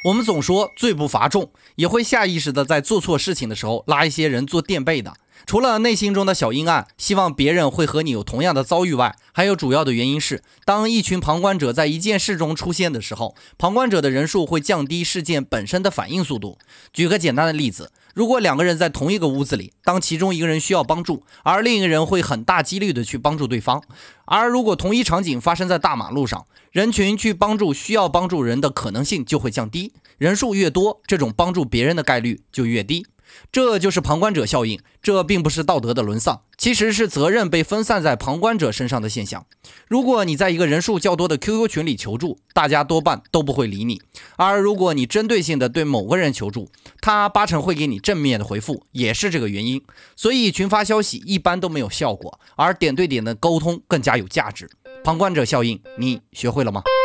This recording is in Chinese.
我们总说罪不罚重，也会下意识的在做错事情的时候拉一些人做垫背的。除了内心中的小阴暗，希望别人会和你有同样的遭遇外，还有主要的原因是，当一群旁观者在一件事中出现的时候，旁观者的人数会降低事件本身的反应速度。举个简单的例子，如果两个人在同一个屋子里，当其中一个人需要帮助，而另一个人会很大几率的去帮助对方。而如果同一场景发生在大马路上，人群去帮助需要帮助人的可能性就会降低，人数越多，这种帮助别人的概率就越低。这就是旁观者效应，这并不是道德的沦丧，其实是责任被分散在旁观者身上的现象。如果你在一个人数较多的 QQ 群里求助，大家多半都不会理你，而如果你针对性的对某个人求助，他八成会给你正面的回复，也是这个原因。所以群发消息一般都没有效果，而点对点的沟通更加有价值。旁观者效应，你学会了吗？